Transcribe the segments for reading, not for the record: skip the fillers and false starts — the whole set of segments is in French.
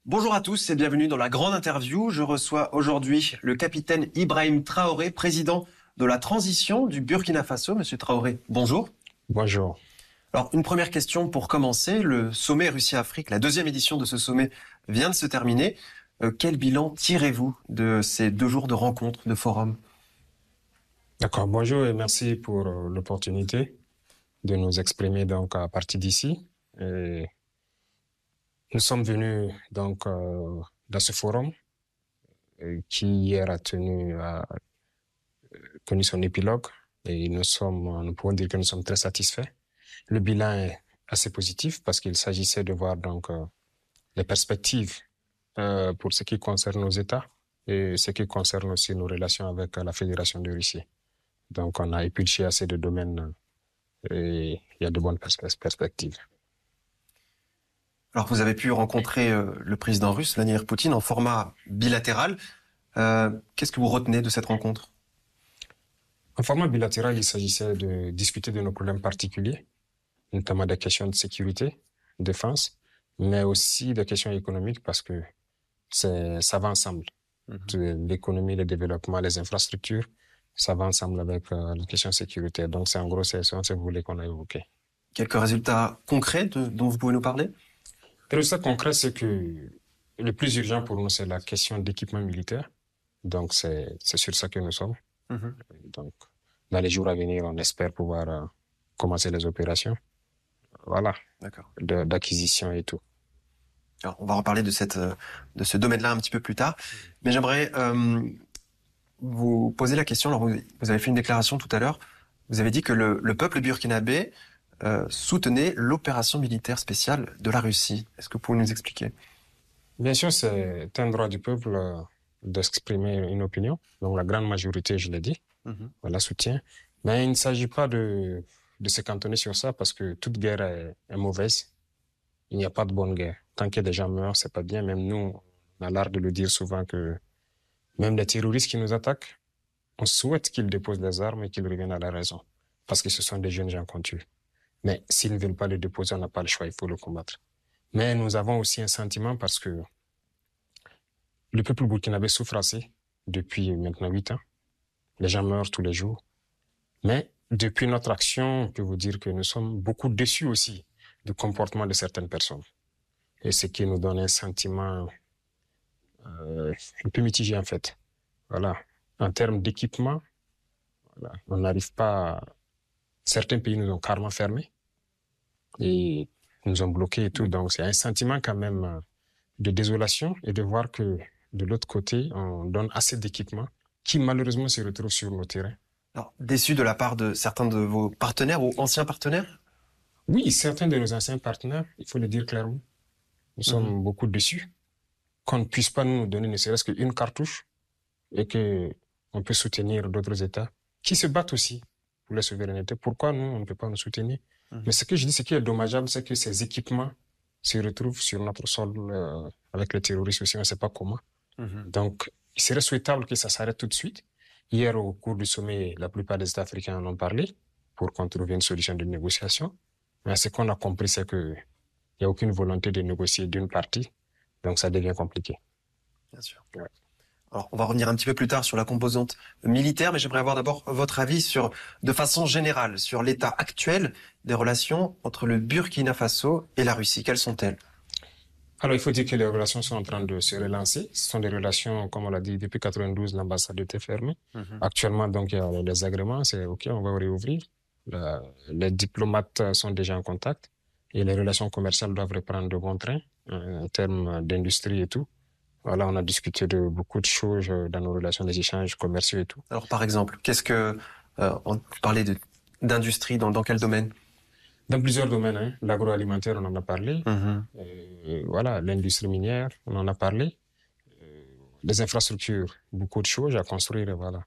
Bonjour à tous et bienvenue dans la grande interview. Je reçois aujourd'hui le capitaine Ibrahim Traoré, président de la transition du Burkina Faso. Monsieur Traoré, bonjour. Bonjour. Alors, une première question pour commencer. Le sommet Russie-Afrique, la deuxième édition de ce sommet vient de se terminer. Quel bilan tirez-vous de ces 2 jours de rencontres, de forums? D'accord, bonjour et merci pour l'opportunité de nous exprimer donc à partir d'ici. Nous sommes venus donc dans ce forum qui hier a connu son épilogue et nous pouvons dire que nous sommes très satisfaits. Le bilan est assez positif parce qu'il s'agissait de voir donc les perspectives pour ce qui concerne nos États et ce qui concerne aussi nos relations avec la Fédération de Russie. Donc on a épluché assez de domaines et il y a de bonnes perspectives. Alors, vous avez pu rencontrer le président russe, Vladimir Poutine, en format bilatéral. Qu'est-ce que vous retenez de cette rencontre? En format bilatéral, il s'agissait de discuter de nos problèmes particuliers, notamment des questions de sécurité, défense, mais aussi des questions économiques parce que ça va ensemble. L'économie, le développement, les infrastructures, ça va ensemble avec la question sécuritaire. Donc, c'est en gros, c'est ce volet qu'on a évoqué. Quelques résultats concrets dont vous pouvez nous parler? Le résultat concret, c'est que le plus urgent pour nous, c'est la question d'équipement militaire. Donc, c'est sur ça que nous sommes. Donc, dans les jours à venir, on espère pouvoir commencer les opérations. Voilà. D'accord. D'acquisition et tout. Alors, on va reparler de ce domaine-là un petit peu plus tard. Mais j'aimerais vous poser la question. Alors, vous avez fait une déclaration tout à l'heure. Vous avez dit que le peuple burkinabé soutenait l'opération militaire spéciale de la Russie. Est-ce que vous pouvez nous expliquer? Bien sûr, c'est un droit du peuple d'exprimer une opinion. Donc, la grande majorité, je l'ai dit, la soutient. Mais il ne s'agit pas de se cantonner sur ça parce que toute guerre est mauvaise. Il n'y a pas de bonne guerre. Tant que des gens meurent, c'est pas bien. Même nous, on a l'art de le dire souvent que même les terroristes qui nous attaquent, on souhaite qu'ils déposent les armes et qu'ils reviennent à la raison. Parce que ce sont des jeunes gens qu'on tue. Mais s'ils ne veulent pas le déposer, on n'a pas le choix, il faut le combattre. Mais nous avons aussi un sentiment parce que le peuple burkinabé souffre assez depuis maintenant 8 ans. Les gens meurent tous les jours. Mais depuis notre action, je peux vous dire que nous sommes beaucoup déçus aussi du comportement de certaines personnes. Et ce qui nous donne un sentiment un peu mitigé en fait. Voilà. En termes d'équipement, voilà, on n'arrive pas. Certains pays nous ont carrément fermés et nous ont bloqués et tout. Donc c'est un sentiment quand même de désolation et de voir que de l'autre côté, on donne assez d'équipements qui malheureusement se retrouvent sur nos terrains. Alors, déçu de la part de certains de vos partenaires ou anciens partenaires? Oui, certains de nos anciens partenaires, il faut le dire clairement, nous sommes beaucoup déçus qu'on ne puisse pas nous donner ne serait-ce qu'une cartouche et que on peut soutenir d'autres États qui se battent aussi pour la souveraineté. Pourquoi nous, on ne peut pas nous soutenir? Mais ce que je dis, ce qui est dommageable, c'est que ces équipements se retrouvent sur notre sol avec les terroristes aussi, on ne sait pas comment. Donc, il serait souhaitable que ça s'arrête tout de suite. Hier, au cours du sommet, la plupart des États africains en ont parlé pour qu'on trouve une solution de négociation. Mais ce qu'on a compris, c'est qu'il n'y a aucune volonté de négocier d'une partie. Donc, ça devient compliqué. Bien sûr. Ouais. Alors, on va revenir un petit peu plus tard sur la composante militaire, mais j'aimerais avoir d'abord votre avis de façon générale, sur l'état actuel des relations entre le Burkina Faso et la Russie. Quelles sont-elles? Alors, il faut dire que les relations sont en train de se relancer. Ce sont des relations, comme on l'a dit, depuis 92, l'ambassade était fermée. Actuellement, donc, il y a des agréments, c'est OK, on va réouvrir. Les diplomates sont déjà en contact et les relations commerciales doivent reprendre de bon train en termes d'industrie et tout. Voilà, on a discuté de beaucoup de choses dans nos relations, des échanges commerciaux et tout. Alors, par exemple, vous parlez d'industrie, dans quel domaine? Dans plusieurs domaines, hein. L'agroalimentaire, on en a parlé. Voilà, l'industrie minière, on en a parlé. Les infrastructures, beaucoup de choses à construire, voilà.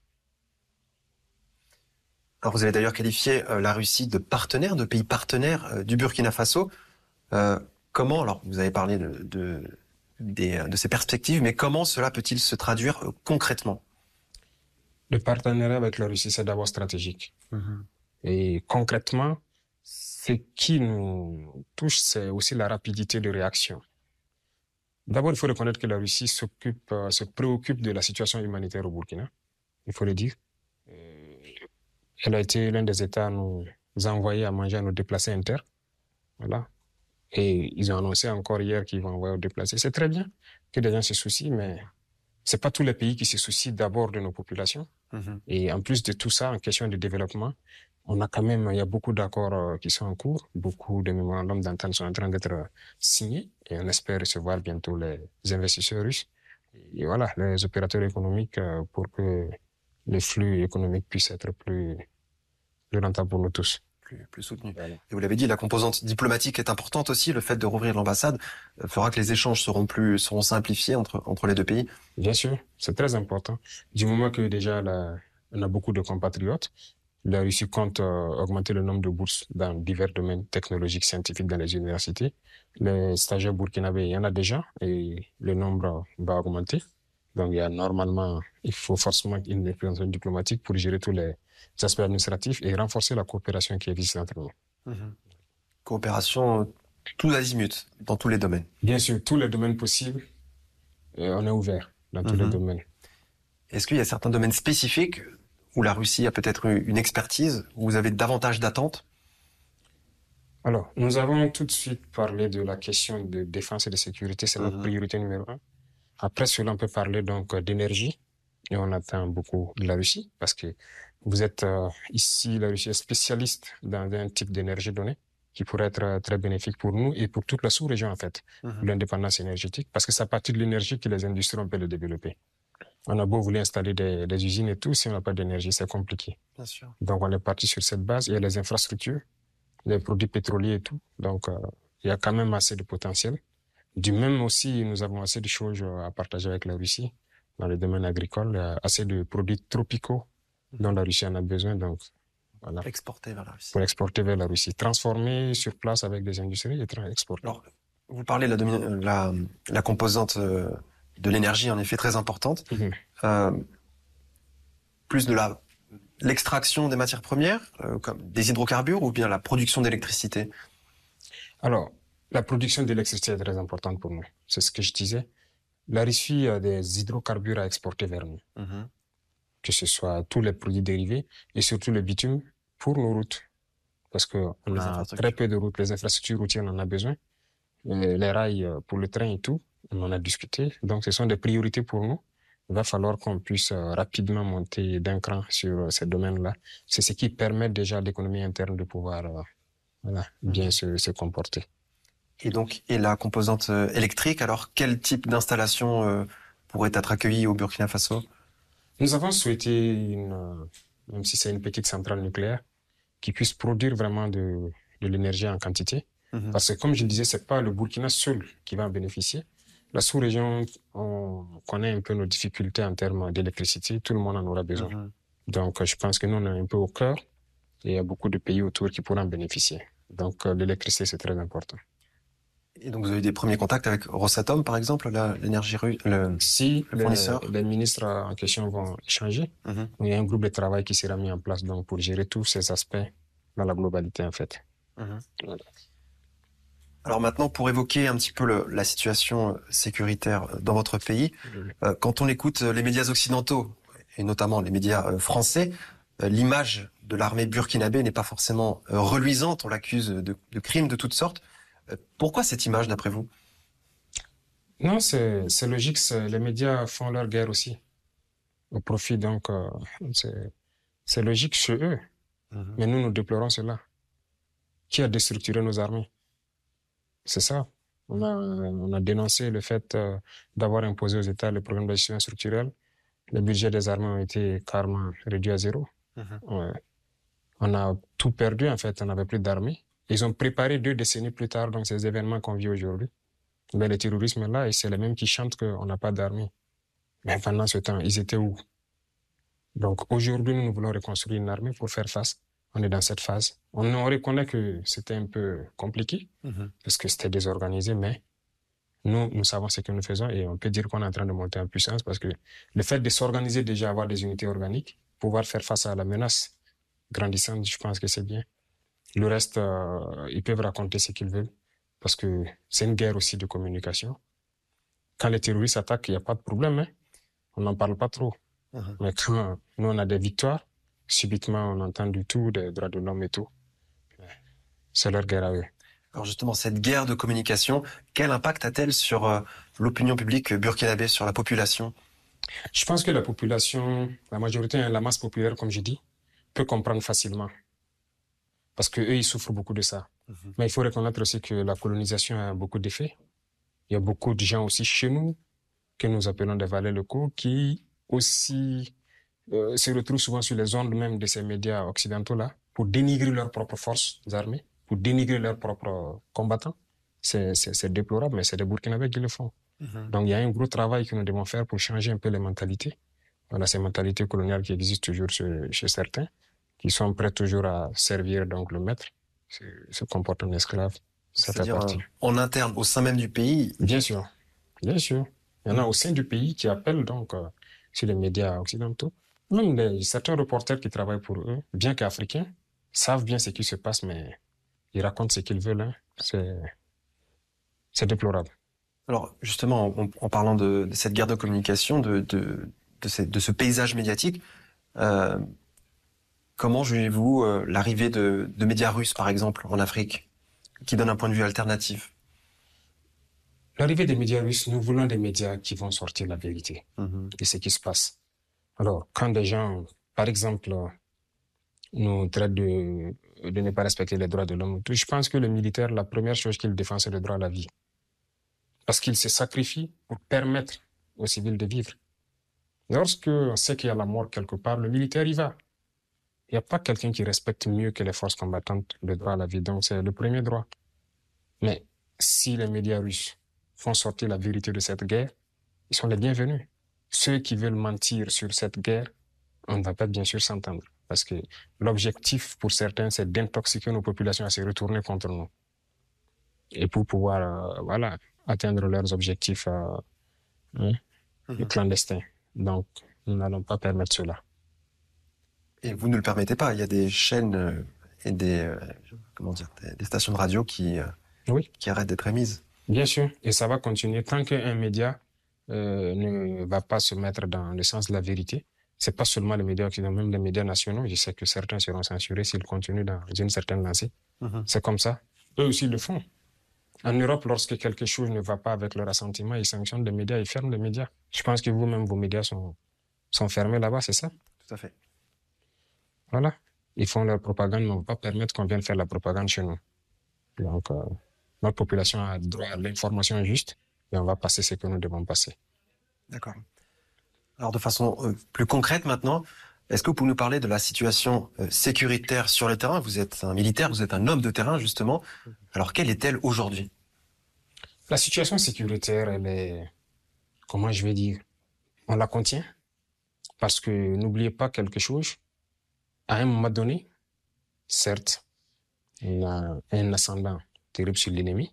Alors, vous avez d'ailleurs qualifié la Russie de pays partenaire du Burkina Faso. Comment, alors, vous avez parlé de ces perspectives, mais comment cela peut-il se traduire concrètement? Le partenariat avec la Russie, c'est d'abord stratégique. Et concrètement, ce qui nous touche, c'est aussi la rapidité de réaction. D'abord, il faut reconnaître que la Russie se préoccupe de la situation humanitaire au Burkina. Il faut le dire. Euh, Elle a été l'un des États à nous envoyer à manger à nos déplacés internes. Voilà. Et ils ont annoncé encore hier qu'ils vont envoyer aux déplacés. C'est très bien que des gens se soucient, mais c'est pas tous les pays qui se soucient d'abord de nos populations. Et en plus de tout ça, en question de développement, il y a beaucoup d'accords qui sont en cours, beaucoup de mémorandums d'entente sont en train d'être signés et on espère recevoir bientôt les investisseurs russes. Et voilà, les opérateurs économiques pour que les flux économiques puissent être plus rentables pour nous tous. Plus soutenu. Voilà. Et vous l'avez dit, la composante diplomatique est importante aussi. Le fait de rouvrir l'ambassade fera que les échanges seront simplifiés entre les deux pays. Bien sûr, c'est très important. Du moment que déjà on a beaucoup de compatriotes, la Russie compte augmenter le nombre de bourses dans divers domaines technologiques, scientifiques dans les universités. Les stagiaires burkinabés, il y en a déjà et le nombre va augmenter. Donc, il faut forcément une représentation diplomatique pour gérer tous les aspects administratifs et renforcer la coopération qui existe entre nous. Coopération tous azimuts, dans tous les domaines. Bien sûr, tous les domaines possibles, on est ouvert dans tous les domaines. Est-ce qu'il y a certains domaines spécifiques où la Russie a peut-être une expertise, où vous avez davantage d'attentes? Alors, nous avons tout de suite parlé de la question de défense et de sécurité, c'est notre priorité numéro 1. Après cela, on peut parler donc d'énergie, et on attend beaucoup de la Russie, parce que vous êtes ici, la Russie est spécialiste dans un type d'énergie donnée, qui pourrait être très bénéfique pour nous et pour toute la sous-région, en fait, pour l'indépendance énergétique, parce que c'est à partir de l'énergie que les industries ont pu le développer. On a beau vouloir installer des usines et tout, si on n'a pas d'énergie, c'est compliqué. Bien sûr. Donc, on est parti sur cette base. Il y a les infrastructures, les produits pétroliers et tout. Donc, il y a quand même assez de potentiel. Du même aussi, nous avons assez de choses à partager avec la Russie dans le domaine agricole. Il y a assez de produits tropicaux dont la Russie en a besoin. Donc, voilà. Exporter vers la Russie. Pour exporter vers la Russie. Transformer sur place avec des industries et exporter. Alors, vous parlez de la composante de l'énergie, en effet, très importante. Plus de l'extraction des matières premières, comme des hydrocarbures, ou bien la production d'électricité? Alors, la production d'électricité est très importante pour nous. C'est ce que je disais. La Russie a des hydrocarbures à exporter vers nous. Que ce soit tous les produits dérivés et surtout le bitume pour nos routes. Parce qu'on a très peu de routes. Les infrastructures routières, on en a besoin. Les rails pour le train et tout, on en a discuté. Donc, ce sont des priorités pour nous. Il va falloir qu'on puisse rapidement monter d'un cran sur ces domaines-là. C'est ce qui permet déjà à l'économie interne de pouvoir bien se comporter. Et donc, la composante électrique, alors quel type d'installation pourrait être accueillie au Burkina Faso? Nous avons souhaité, même si c'est une petite centrale nucléaire, qui puisse produire vraiment de l'énergie en quantité. Parce que comme je disais, c'est pas le Burkina seul qui va en bénéficier. La sous-région, on connaît un peu nos difficultés en termes d'électricité. Tout le monde en aura besoin. Donc, je pense que nous, on est un peu au cœur et il y a beaucoup de pays autour qui pourront en bénéficier. Donc, l'électricité, c'est très important. Et donc, vous avez eu des premiers contacts avec Rosatom, par exemple, l'énergie russe, le fournisseur? Les ministres en question vont échanger. Il y a un groupe de travail qui sera mis en place donc, pour gérer tous ces aspects dans la globalité, en fait. Voilà. Alors maintenant, pour évoquer un petit peu la situation sécuritaire dans votre pays, quand on écoute les médias occidentaux, et notamment les médias français, l'image de l'armée burkinabé n'est pas forcément reluisante. On l'accuse de crimes de toutes sortes. Pourquoi cette image, d'après vous? Non, c'est logique. Les médias font leur guerre aussi au profit. Donc, c'est logique chez eux. Mais nous déplorons cela. Qui a déstructuré nos armées? C'est ça. On a dénoncé le fait d'avoir imposé aux États le programme d'ajustement structurel. Le budget des armées ont été carrément réduit à zéro. Ouais. On a tout perdu, en fait. On n'avait plus d'armée. Ils ont préparé 2 décennies plus tard, donc, ces événements qu'on vit aujourd'hui. Mais le terrorisme est là et c'est les mêmes qui chantent qu'on n'a pas d'armée. Mais pendant ce temps, ils étaient où? Donc, aujourd'hui, nous voulons reconstruire une armée pour faire face. On est dans cette phase. On reconnaît que c'était un peu compliqué parce que c'était désorganisé, mais nous savons ce que nous faisons et on peut dire qu'on est en train de monter en puissance parce que le fait de s'organiser déjà, avoir des unités organiques, pouvoir faire face à la menace grandissante, je pense que c'est bien. Le reste, ils peuvent raconter ce qu'ils veulent parce que c'est une guerre aussi de communication. Quand les terroristes attaquent, il n'y a pas de problème, hein. On n'en parle pas trop. Mais quand nous, on a des victoires, subitement, on entend du tout des droits de l'homme et tout. C'est leur guerre à eux. Alors justement, cette guerre de communication, quel impact a-t-elle sur l'opinion publique burkinabé, sur la population? Je pense que la population, la majorité, la masse populaire, comme je dis, peut comprendre facilement. Parce qu'eux, ils souffrent beaucoup de ça. Mais il faut reconnaître aussi que la colonisation a beaucoup d'effets. Il y a beaucoup de gens aussi chez nous, que nous appelons des valets locaux, qui aussi se retrouvent souvent sur les ondes même de ces médias occidentaux-là pour dénigrer leurs propres forces armées, pour dénigrer leurs propres combattants. C'est déplorable, mais c'est des Burkinabés qui le font. Donc il y a un gros travail que nous devons faire pour changer un peu les mentalités. Voilà, ces mentalités coloniales qui existent toujours chez certains, qui sont prêts toujours à servir donc le maître, se comportent en esclave. Ça fait partie. En interne, au sein même du pays. Bien sûr, bien sûr. Il y en a au sein du pays qui appellent donc sur les médias occidentaux. Même certains reporters qui travaillent pour eux, bien qu'africains, savent bien ce qui se passe, mais ils racontent ce qu'ils veulent. Hein. C'est déplorable. Alors justement, en parlant de cette guerre de communication, de ce paysage médiatique, comment jugez-vous l'arrivée de médias russes, par exemple, en Afrique, qui donnent un point de vue alternatif? L'arrivée des médias russes, nous voulons des médias qui vont sortir la vérité de ce qui se passe. Alors, quand des gens, par exemple, nous traitent de ne pas respecter les droits de l'homme, je pense que le militaire, la première chose qu'il défend, c'est le droit à la vie. Parce qu'il se sacrifie pour permettre aux civils de vivre. Lorsqu'on sait qu'il y a la mort quelque part, le militaire y va. Il n'y a pas quelqu'un qui respecte mieux que les forces combattantes le droit à la vie. Donc, c'est le premier droit. Mais si les médias russes font sortir la vérité de cette guerre, ils sont les bienvenus. Ceux qui veulent mentir sur cette guerre, on ne va pas bien sûr s'entendre. Parce que l'objectif pour certains, c'est d'intoxiquer nos populations à se retourner contre nous. Et pour pouvoir, atteindre leurs objectifs clandestins. Donc, nous n'allons pas permettre cela. Et vous ne le permettez pas. Il y a des chaînes et des stations de radio qui arrêtent d'être émises. Bien sûr. Et ça va continuer. Tant qu'un média ne va pas se mettre dans le sens de la vérité, c'est pas seulement les médias occidentaux, même les médias nationaux. Je sais que certains seront censurés s'ils continuent dans une certaine lancée. C'est comme ça. Eux aussi le font. En Europe, lorsque quelque chose ne va pas avec leur assentiment, ils sanctionnent les médias, ils ferment les médias. Je pense que vous-même, vos médias sont fermés là-bas, c'est ça? Tout à fait. Voilà. Ils font leur propagande, mais on ne va pas permettre qu'on vienne faire la propagande chez nous. Donc, notre population a droit à l'information juste et on va passer ce que nous devons passer. D'accord. Alors, de façon plus concrète maintenant, est-ce que vous pouvez nous parler de la situation sécuritaire sur le terrain? Vous êtes un militaire, vous êtes un homme de terrain, justement. Alors, quelle est-elle aujourd'hui? La situation sécuritaire, elle est, comment je vais dire, on la contient. Parce que n'oubliez pas quelque chose, à un moment donné, certes, on a un ascendant terrible sur l'ennemi.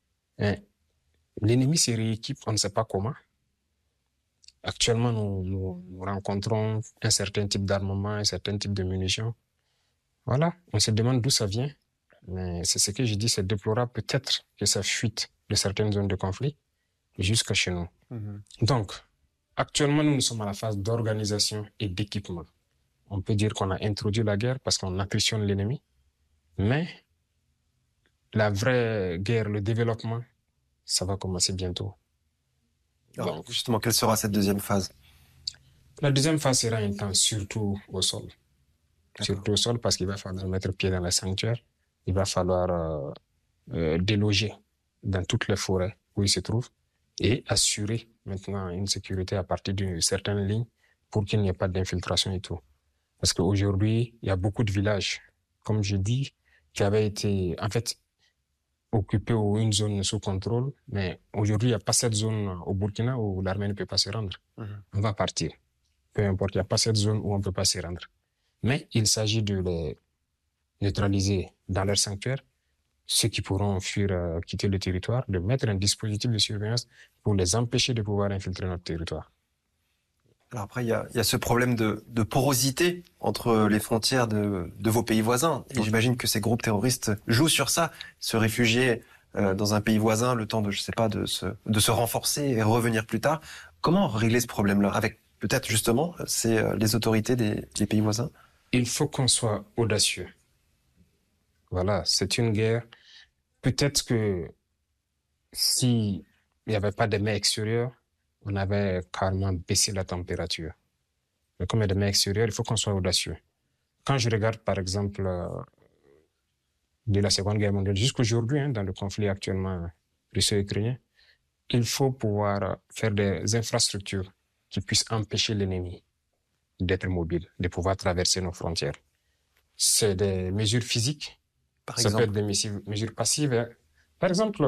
L'ennemi se rééquipe, on ne sait pas comment. Actuellement, nous rencontrons un certain type d'armement, un certain type de munitions. Voilà, on se demande d'où ça vient. Mais c'est ce que je dis, c'est déplorable peut-être que ça fuite de certaines zones de conflit jusqu'à chez nous. Donc, actuellement, nous sommes à la phase d'organisation et d'équipement. On peut dire qu'on a introduit la guerre parce qu'on attritionne l'ennemi. Mais la vraie guerre, le développement, ça va commencer bientôt. Alors, donc, justement, quelle sera cette deuxième phase? La deuxième phase sera intense, surtout au sol. Surtout au sol parce qu'il va falloir mettre pied dans les sanctuaires. Il va falloir déloger dans toutes les forêts où il se trouve et assurer maintenant une sécurité à partir d'une certaine ligne pour qu'il n'y ait pas d'infiltration et tout. Parce qu'aujourd'hui, il y a beaucoup de villages, comme je dis, qui avaient été, en fait, occupés ou une zone sous contrôle. Mais aujourd'hui, il n'y a pas cette zone au Burkina où l'armée ne peut pas se rendre. On va partir. Peu importe, il n'y a pas cette zone où on ne peut pas se rendre. Mais il s'agit de les neutraliser dans leur sanctuaire, ceux qui pourront fuir, quitter le territoire, de mettre un dispositif de surveillance pour les empêcher de pouvoir infiltrer notre territoire. Alors après, il y a ce problème de porosité entre les frontières de vos pays voisins. Et j'imagine que ces groupes terroristes jouent sur ça, se réfugier dans un pays voisin, le temps de, je sais pas, de se renforcer et revenir plus tard. Comment régler ce problème-là avec peut-être justement les autorités des pays voisins? Il faut qu'on soit audacieux. Voilà, c'est une guerre. Peut-être que si il n'y avait pas de mer extérieure, on avait carrément baissé la température. Mais comme il y a des mers extérieures, il faut qu'on soit audacieux. Quand je regarde, par exemple, de la Seconde Guerre mondiale jusqu'aujourd'hui, dans le conflit actuellement russo-ukrainien, il faut pouvoir faire des infrastructures qui puissent empêcher l'ennemi d'être mobile, de pouvoir traverser nos frontières. C'est des mesures physiques. Ça peut être des mesures passives. Par exemple,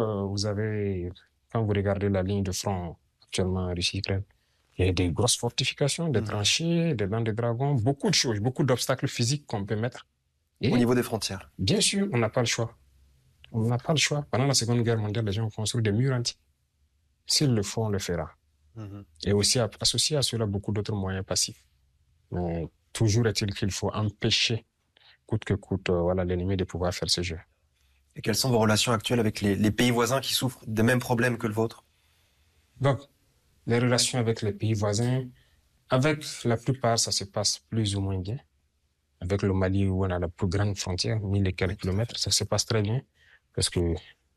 quand vous regardez la ligne de front actuellement Russie-Ukraine, il y a des grosses fortifications, des tranchées, des dents de dragon, beaucoup de choses, beaucoup d'obstacles physiques qu'on peut mettre. Et au niveau des frontières? Bien sûr, on n'a pas le choix. On n'a pas le choix. Pendant la Seconde Guerre mondiale, les gens ont construit des murs anti. S'il le faut, on le fera. Et aussi associé à cela beaucoup d'autres moyens passifs. Mais toujours est-il qu'il faut empêcher, coûte que coûte, l'ennemi de pouvoir faire ce jeu. Et quelles sont vos relations actuelles avec les pays voisins qui souffrent des mêmes problèmes que le vôtre? Donc, les relations avec les pays voisins, avec la plupart, ça se passe plus ou moins bien. Avec le Mali, où on a la plus grande frontière, 1000 et quelques kilomètres, ça se passe très bien, parce que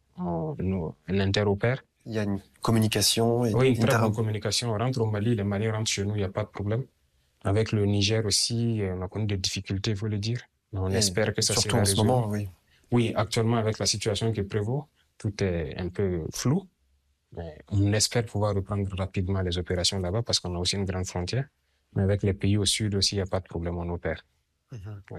on interopère. Il y a une communication. Oui, une très bonne communication. On rentre au Mali, les Maliens rentrent chez nous, il n'y a pas de problème. Avec le Niger aussi, on a connu des difficultés, il faut le dire. Mais on espère que ça sera résolu. Surtout en ce moment, oui. Oui, actuellement, avec la situation qui prévaut, tout est un peu flou. Mais on espère pouvoir reprendre rapidement les opérations là-bas parce qu'on a aussi une grande frontière. Mais avec les pays au sud aussi, il n'y a pas de problème, on opère. Oui.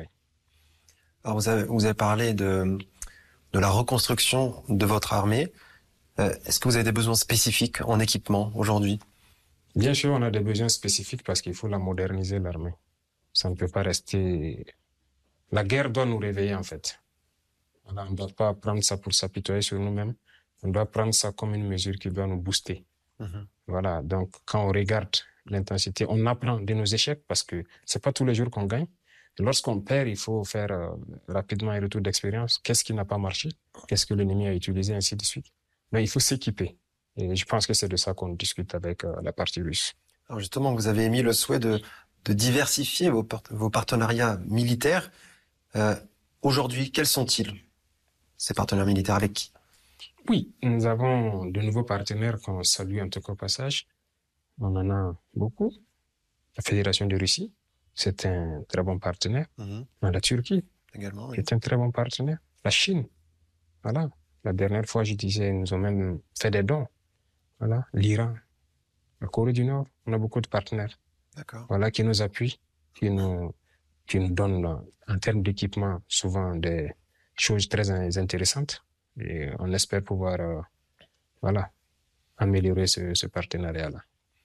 Alors vous avez parlé de la reconstruction de votre armée. Est-ce que vous avez des besoins spécifiques en équipement aujourd'hui? Bien sûr, on a des besoins spécifiques parce qu'il faut la moderniser, l'armée. Ça ne peut pas rester... La guerre doit nous réveiller, en fait. Voilà, on ne doit pas prendre ça pour s'apitoyer sur nous-mêmes. On doit prendre ça comme une mesure qui doit nous booster. Voilà, donc quand on regarde l'intensité, on apprend de nos échecs parce que c'est pas tous les jours qu'on gagne. Lorsqu'on perd, il faut faire rapidement un retour d'expérience. Qu'est-ce qui n'a pas marché? Qu'est-ce que l'ennemi a utilisé, ainsi de suite. Mais il faut s'équiper. Et je pense que c'est de ça qu'on discute avec la partie russe. Alors justement, vous avez émis le souhait de diversifier vos partenariats militaires. Aujourd'hui, quels sont-ils, ces partenaires militaires, avec qui? Oui, nous avons de nouveaux partenaires qu'on salue en tout cas au passage. On en a beaucoup. La Fédération de Russie, c'est un très bon partenaire. La Turquie, également, oui. C'est un très bon partenaire. La Chine, voilà. La dernière fois, je disais, ils nous ont même fait des dons. Voilà. L'Iran, la Corée du Nord, on a beaucoup de partenaires. D'accord. Voilà, qui nous appuient, qui nous donnent en termes d'équipement souvent des choses très intéressantes. Et on espère pouvoir, améliorer ce partenariat-là.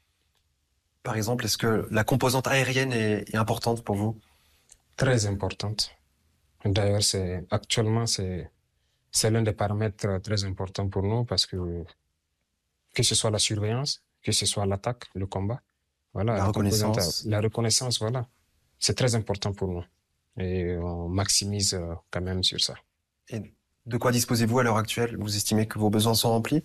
Par exemple, est-ce que la composante aérienne est importante pour vous? Très importante. D'ailleurs, actuellement, c'est l'un des paramètres très importants pour nous parce que ce soit la surveillance, que ce soit l'attaque, le combat, voilà, la reconnaissance, voilà, c'est très important pour nous et on maximise quand même sur ça. Et de quoi disposez-vous à l'heure actuelle? Vous estimez que vos besoins sont remplis?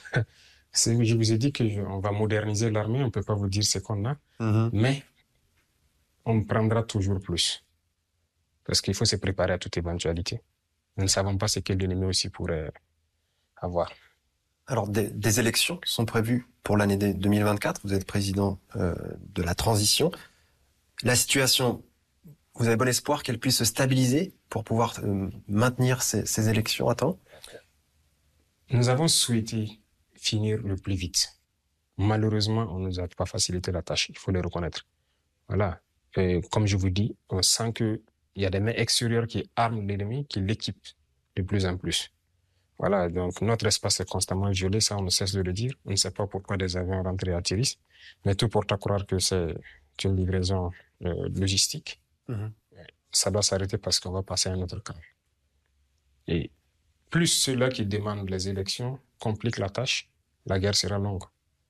Je vous ai dit qu'on va moderniser l'armée, on ne peut pas vous dire ce qu'on a, mais on prendra toujours plus. Parce qu'il faut se préparer à toute éventualité. Nous ne savons pas ce que l'ennemi aussi pourrait avoir. Alors, des élections sont prévues pour l'année 2024. Vous êtes président de la transition. La situation, vous avez bon espoir qu'elle puisse se stabiliser pour pouvoir maintenir ces élections à temps? Nous avons souhaité finir le plus vite. Malheureusement, on ne nous a pas facilité la tâche, il faut le reconnaître. Voilà. Et comme je vous dis, on sent qu'il y a des mains extérieures qui arment l'ennemi, qui l'équipent de plus en plus. Voilà, donc notre espace est constamment violé, ça on ne cesse de le dire. On ne sait pas pourquoi des avions rentrent et atterrissent, mais tout porte à croire que c'est une livraison logistique. Ça doit s'arrêter parce qu'on va passer à un autre camp. Et plus ceux-là qui demandent les élections compliquent la tâche, la guerre sera longue.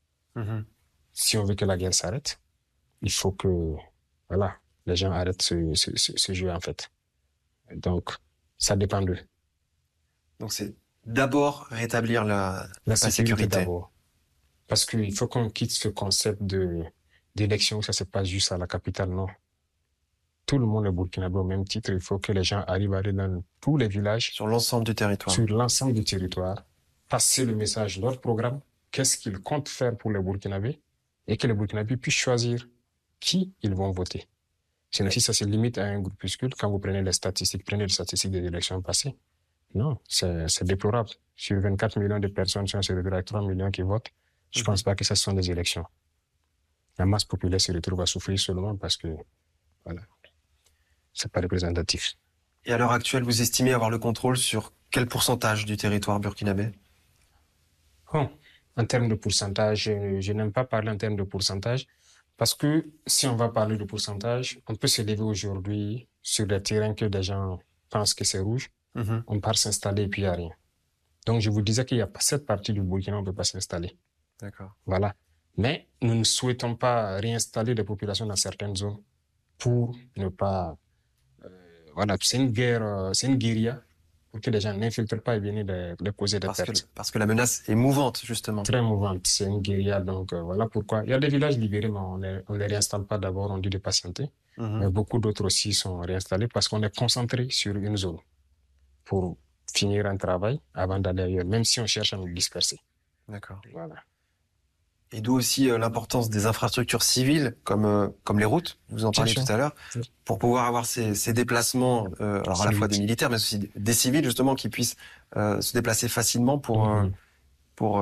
Si on veut que la guerre s'arrête, il faut que les gens arrêtent ce jeu en fait. Donc, ça dépend d'eux. Donc c'est d'abord rétablir la sécurité d'abord. Parce qu'il faut qu'on quitte ce concept d'élection, ça c'est pas juste à la capitale, non. Tout le monde est burkinabé au même titre. Il faut que les gens arrivent à aller dans tous les villages, sur l'ensemble du territoire. sur l'ensemble du territoire, passer le message de leur programme, qu'est-ce qu'ils comptent faire pour les Burkinabés, et que les Burkinabés puissent choisir qui ils vont voter. Sinon, si ça se limite à un groupuscule, quand vous prenez les statistiques des élections passées, non, c'est déplorable. Sur 24 millions de personnes, si on se retrouve avec 3 millions qui votent, je pense pas que ce sont des élections. La masse populaire se retrouve à souffrir seulement parce que, voilà, c'est pas représentatif. Et à l'heure actuelle, vous estimez avoir le contrôle sur quel pourcentage du territoire burkinabé? Bon, en termes de pourcentage, je n'aime pas parler en termes de pourcentage parce que si on va parler de pourcentage, on peut se lever aujourd'hui sur des terrains que des gens pensent que c'est rouge. On part s'installer et puis il n'y a rien. Donc, je vous disais qu'il n'y a pas cette partie du Burkina où on ne peut pas s'installer. D'accord. Voilà. Mais nous ne souhaitons pas réinstaller des populations dans certaines zones pour ne pas... voilà, c'est une guerre, c'est une guérilla pour que les gens n'infiltrent pas et viennent de causer des pertes. Parce que la menace est mouvante, justement. Très mouvante, c'est une guérilla. Donc, voilà pourquoi. Il y a des villages libérés, mais on les réinstalle pas d'abord, on dit de patienter. Mais beaucoup d'autres aussi sont réinstallés parce qu'on est concentré sur une zone pour finir un travail avant d'aller ailleurs, même si on cherche à nous disperser. D'accord. Voilà. Et d'où aussi l'importance des infrastructures civiles, comme les routes, vous en parliez tout à l'heure, pour pouvoir avoir ces déplacements, alors à la fois des militaires, mais aussi des civils, justement, qui puissent se déplacer facilement pour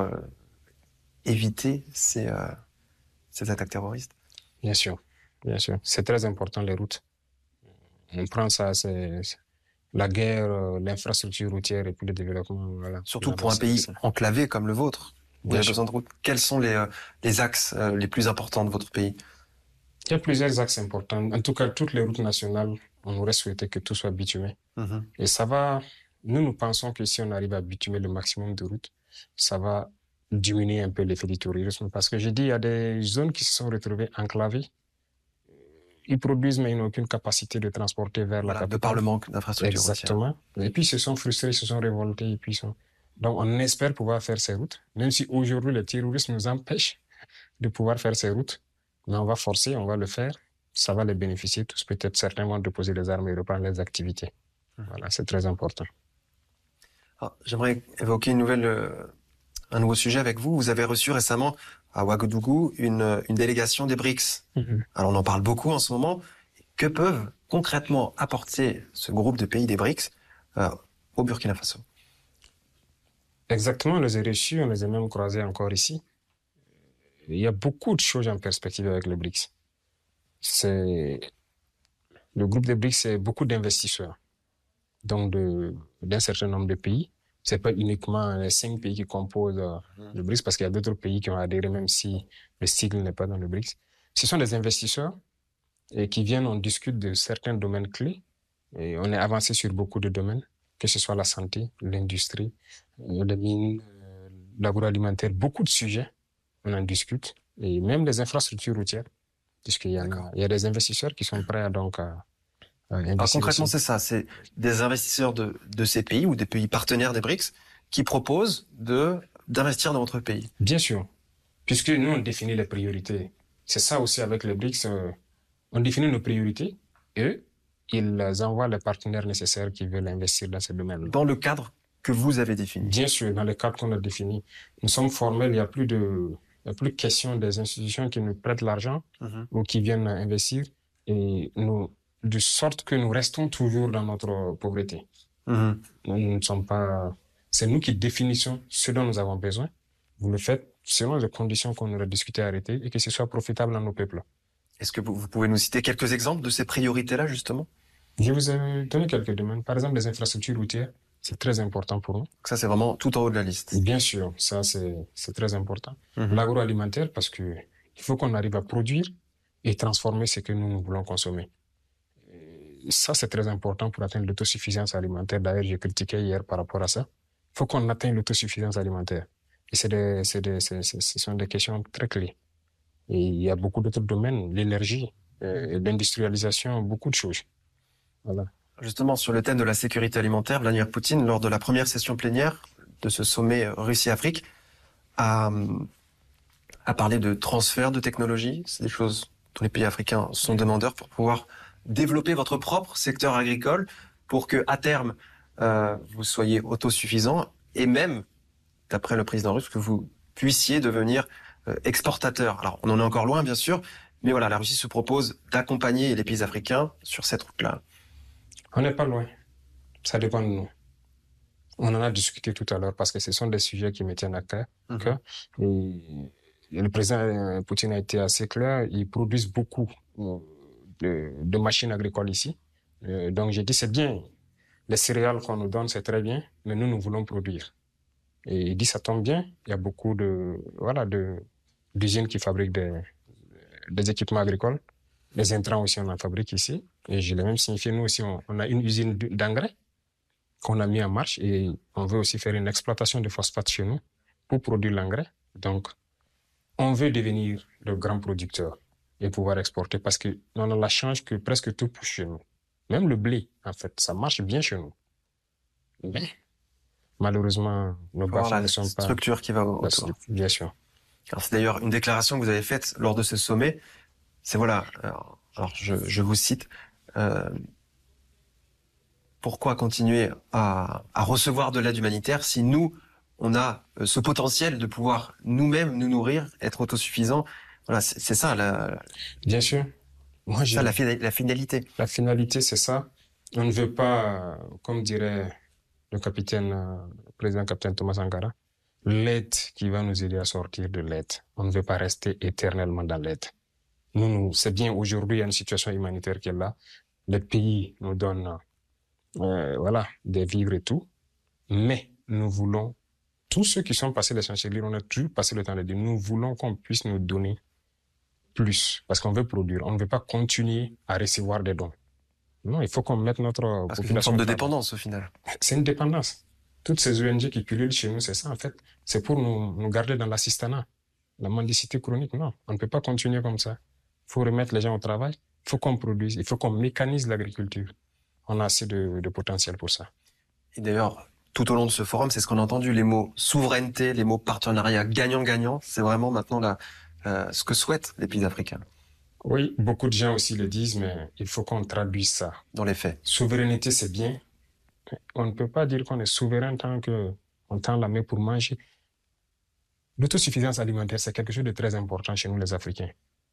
éviter ces attaques terroristes. Bien sûr, bien sûr. C'est très important, les routes. On prend ça, c'est la guerre, l'infrastructure routière et puis le développement. Voilà. Surtout pour un pays enclavé comme le vôtre. Vous avez besoin de routes. Quels sont les axes les plus importants de votre pays? Il y a plusieurs axes importants. En tout cas, toutes les routes nationales, on aurait souhaité que tout soit bitumé. Et ça va... Nous pensons que si on arrive à bitumer le maximum de routes, ça va diminuer un peu l'effet du terrorisme. Parce que j'ai dit, il y a des zones qui se sont retrouvées enclavées. Ils produisent, mais ils n'ont aucune capacité de transporter vers la capitale. De par le manque d'infrastructures. Exactement. Et puis, ils se sont frustrés, ils se sont révoltés. Et puis Donc, on espère pouvoir faire ces routes, même si aujourd'hui, les terroristes nous empêchent de pouvoir faire ces routes. Mais on va forcer, on va le faire. Ça va les bénéficier tous. Peut-être certains vont déposer les armes et reprendre les activités. Voilà, c'est très important. J'aimerais évoquer un nouveau sujet avec vous. Vous avez reçu récemment à Ouagadougou une délégation des BRICS. Alors on en parle beaucoup en ce moment. Que peuvent concrètement apporter ce groupe de pays des BRICS au Burkina Faso? Exactement, on les a reçus, on les a même croisés encore ici. Il y a beaucoup de choses en perspective avec le BRICS. Le groupe des BRICS, c'est beaucoup d'investisseurs. Donc, d'un certain nombre de pays. C'est pas uniquement les 5 pays qui composent le BRICS, parce qu'il y a d'autres pays qui ont adhéré, même si le sigle n'est pas dans le BRICS. Ce sont des investisseurs qui viennent, on discute de certains domaines clés. Et on est avancé sur beaucoup de domaines, que ce soit la santé, l'industrie, les mines, l'agroalimentaire, beaucoup de sujets, on en discute. Et même les infrastructures routières, puisqu'il y il y a des investisseurs qui sont prêts à alors concrètement, c'est ça, c'est des investisseurs de ces pays ou des pays partenaires des BRICS qui proposent d'investir dans votre pays. Bien sûr, puisque nous, on définit les priorités. C'est ça aussi avec les BRICS, on définit nos priorités et ils envoient les partenaires nécessaires qui veulent investir dans ces domaines-là. Dans le cadre que vous avez défini? Bien sûr, dans le cadre qu'on a défini. Nous sommes formels, il n'y a plus question des institutions qui nous prêtent l'argent ou qui viennent investir et de sorte que nous restons toujours dans notre pauvreté. Nous ne sommes pas... C'est nous qui définissons ce dont nous avons besoin. Vous le faites selon les conditions qu'on aurait discuté à arrêter et que ce soit profitable à nos peuples. Est-ce que vous pouvez nous citer quelques exemples de ces priorités-là, justement? Je vous ai donné quelques domaines. Par exemple, les infrastructures routières, c'est très important pour nous. Ça, c'est vraiment tout en haut de la liste. Bien sûr, ça, c'est très important. L'agroalimentaire, parce que il faut qu'on arrive à produire et transformer ce que nous voulons consommer. Ça, c'est très important pour atteindre l'autosuffisance alimentaire. D'ailleurs, j'ai critiqué hier par rapport à ça. Il faut qu'on atteigne l'autosuffisance alimentaire. Et ce sont des questions très clés. Et il y a beaucoup d'autres domaines, l'énergie, l'industrialisation, beaucoup de choses. Voilà. Justement, sur le thème de la sécurité alimentaire, Vladimir Poutine, lors de la première session plénière de ce sommet Russie-Afrique à parler de transfert de technologie. C'est des choses dont les pays africains sont demandeurs pour pouvoir développer votre propre secteur agricole pour que, à terme, vous soyez autosuffisant et même, d'après le président russe, que vous puissiez devenir exportateur. Alors, on en est encore loin, bien sûr, mais voilà, la Russie se propose d'accompagner les pays africains sur cette route-là. On n'est pas loin. Ça dépend de nous. On en a discuté tout à l'heure parce que ce sont des sujets qui me tiennent à cœur. Et le président Poutine a été assez clair. Ils produisent beaucoup de machines agricoles ici. Donc j'ai dit, c'est bien. Les céréales qu'on nous donne, c'est très bien, mais nous voulons produire. Et il dit, ça tombe bien. Il y a beaucoup d'usines qui fabriquent des équipements agricoles. Les intrants aussi, on en fabrique ici. Et je l'ai même signifié, nous aussi, on a une usine d'engrais qu'on a mis en marche et on veut aussi faire une exploitation de phosphate chez nous pour produire l'engrais. Donc, on veut devenir le grand producteur et pouvoir exporter parce qu'on a la chance que presque tout pousse chez nous. Même le blé, en fait, ça marche bien chez nous. Mais, malheureusement, nos BAFA ne sont pas... structure qui va autour. Bien sûr. Alors, c'est d'ailleurs une déclaration que vous avez faite lors de ce sommet. C'est voilà, alors je vous cite, pourquoi continuer à recevoir de l'aide humanitaire si nous, on a ce potentiel de pouvoir nous-mêmes nous nourrir, être autosuffisants. Voilà, c'est ça bien sûr. Moi, ça la finalité. La finalité, c'est ça. On ne veut pas, comme dirait le président capitaine Thomas Sankara, l'aide qui va nous aider à sortir de l'aide. On ne veut pas rester éternellement dans l'aide. Nous, c'est bien, aujourd'hui, il y a une situation humanitaire qui est là. Les pays nous donnent, des vivres et tout. Mais nous voulons, tous ceux qui sont passés les chanceliers, on a toujours passé le temps de dire, nous voulons qu'on puisse nous donner plus. Parce qu'on veut produire. On ne veut pas continuer à recevoir des dons. Non, il faut qu'on mette notre population. C'est une forme de dépendance, au final. C'est une dépendance. Toutes ces ONG qui pullulent chez nous, c'est ça, en fait. C'est pour nous garder dans l'assistanat. La mendicité chronique, non. On ne peut pas continuer comme ça. Il faut remettre les gens au travail. Il faut qu'on produise. Il faut qu'on mécanise l'agriculture. On a assez de potentiel pour ça. Et d'ailleurs, tout au long de ce forum, c'est ce qu'on a entendu, les mots souveraineté, les mots partenariat gagnant-gagnant. C'est vraiment maintenant ce que souhaitent les pays africains. Oui, beaucoup de gens aussi le disent, mais il faut qu'on traduise ça. Dans les faits. Souveraineté, c'est bien. On ne peut pas dire qu'on est souverain tant qu'on tend la main pour manger. L'autosuffisance alimentaire, c'est quelque chose de très important chez nous, les Africains.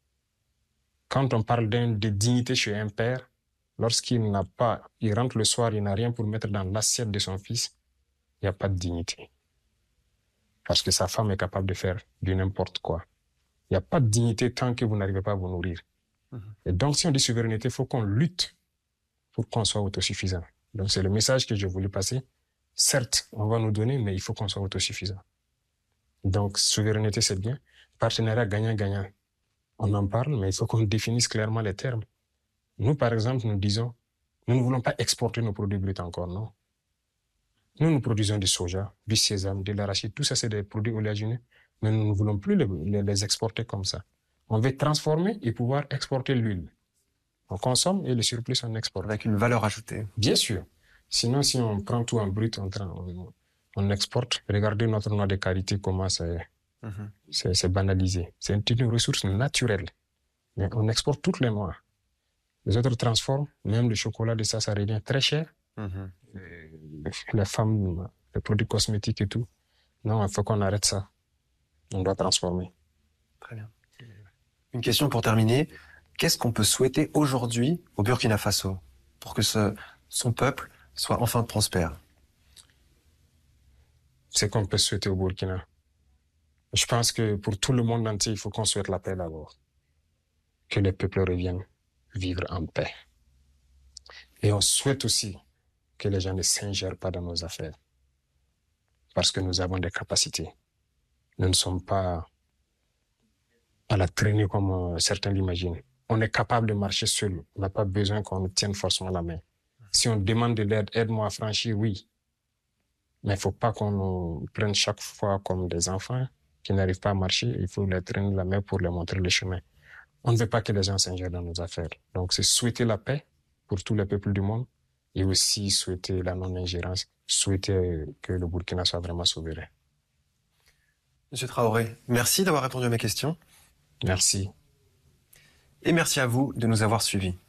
Quand on parle de dignité chez un père, lorsqu'il rentre le soir, il n'a rien pour mettre dans l'assiette de son fils, il n'y a pas de dignité. Parce que sa femme est capable de faire du n'importe quoi. Il n'y a pas de dignité tant que vous n'arrivez pas à vous nourrir. Et donc, si on dit souveraineté, il faut qu'on lutte pour qu'on soit autosuffisant. Donc, c'est le message que je voulais passer. Certes, on va nous donner, mais il faut qu'on soit autosuffisant. Donc, souveraineté, c'est bien. Partenariat gagnant-gagnant. On en parle, mais il faut qu'on définisse clairement les termes. Nous, par exemple, nous disons, nous ne voulons pas exporter nos produits bruts encore, non. Nous produisons du soja, du sésame, de l'arachide. Tout ça, c'est des produits oléagineux. Mais nous ne voulons plus les exporter comme ça. On veut transformer et pouvoir exporter l'huile. On consomme et le surplus, on exporte. Avec une valeur ajoutée. Bien sûr. Sinon, si on prend tout en brut, on exporte. Regardez notre noix de karité, comment c'est banalisé. C'est une ressource naturelle. Mais on exporte toutes les noix. Les autres transforment. Même le chocolat de ça revient très cher. Les femmes, les produits cosmétiques et tout. Non, il faut qu'on arrête ça. On doit transformer. Très bien. Une question pour terminer. Qu'est-ce qu'on peut souhaiter aujourd'hui au Burkina Faso pour que son peuple soit enfin prospère? C'est qu'on peut souhaiter au Burkina. Je pense que pour tout le monde entier, il faut qu'on souhaite la paix d'abord. Que les peuples reviennent vivre en paix. Et on souhaite aussi que les gens ne s'ingèrent pas dans nos affaires. Parce que nous avons des capacités. Nous ne sommes pas à la traînée comme certains l'imaginent. On est capable de marcher seul. On n'a pas besoin qu'on nous tienne forcément la main. Si on demande de l'aide, aide-moi à franchir, oui. Mais il ne faut pas qu'on nous prenne chaque fois comme des enfants qui n'arrivent pas à marcher. Il faut les traîner la main pour leur montrer le chemin. On ne veut pas que les gens s'ingèrent dans nos affaires. Donc, c'est souhaiter la paix pour tous les peuples du monde et aussi souhaiter la non-ingérence, souhaiter que le Burkina soit vraiment souverain. Monsieur Traoré, merci d'avoir répondu à mes questions. Merci. Et merci à vous de nous avoir suivis.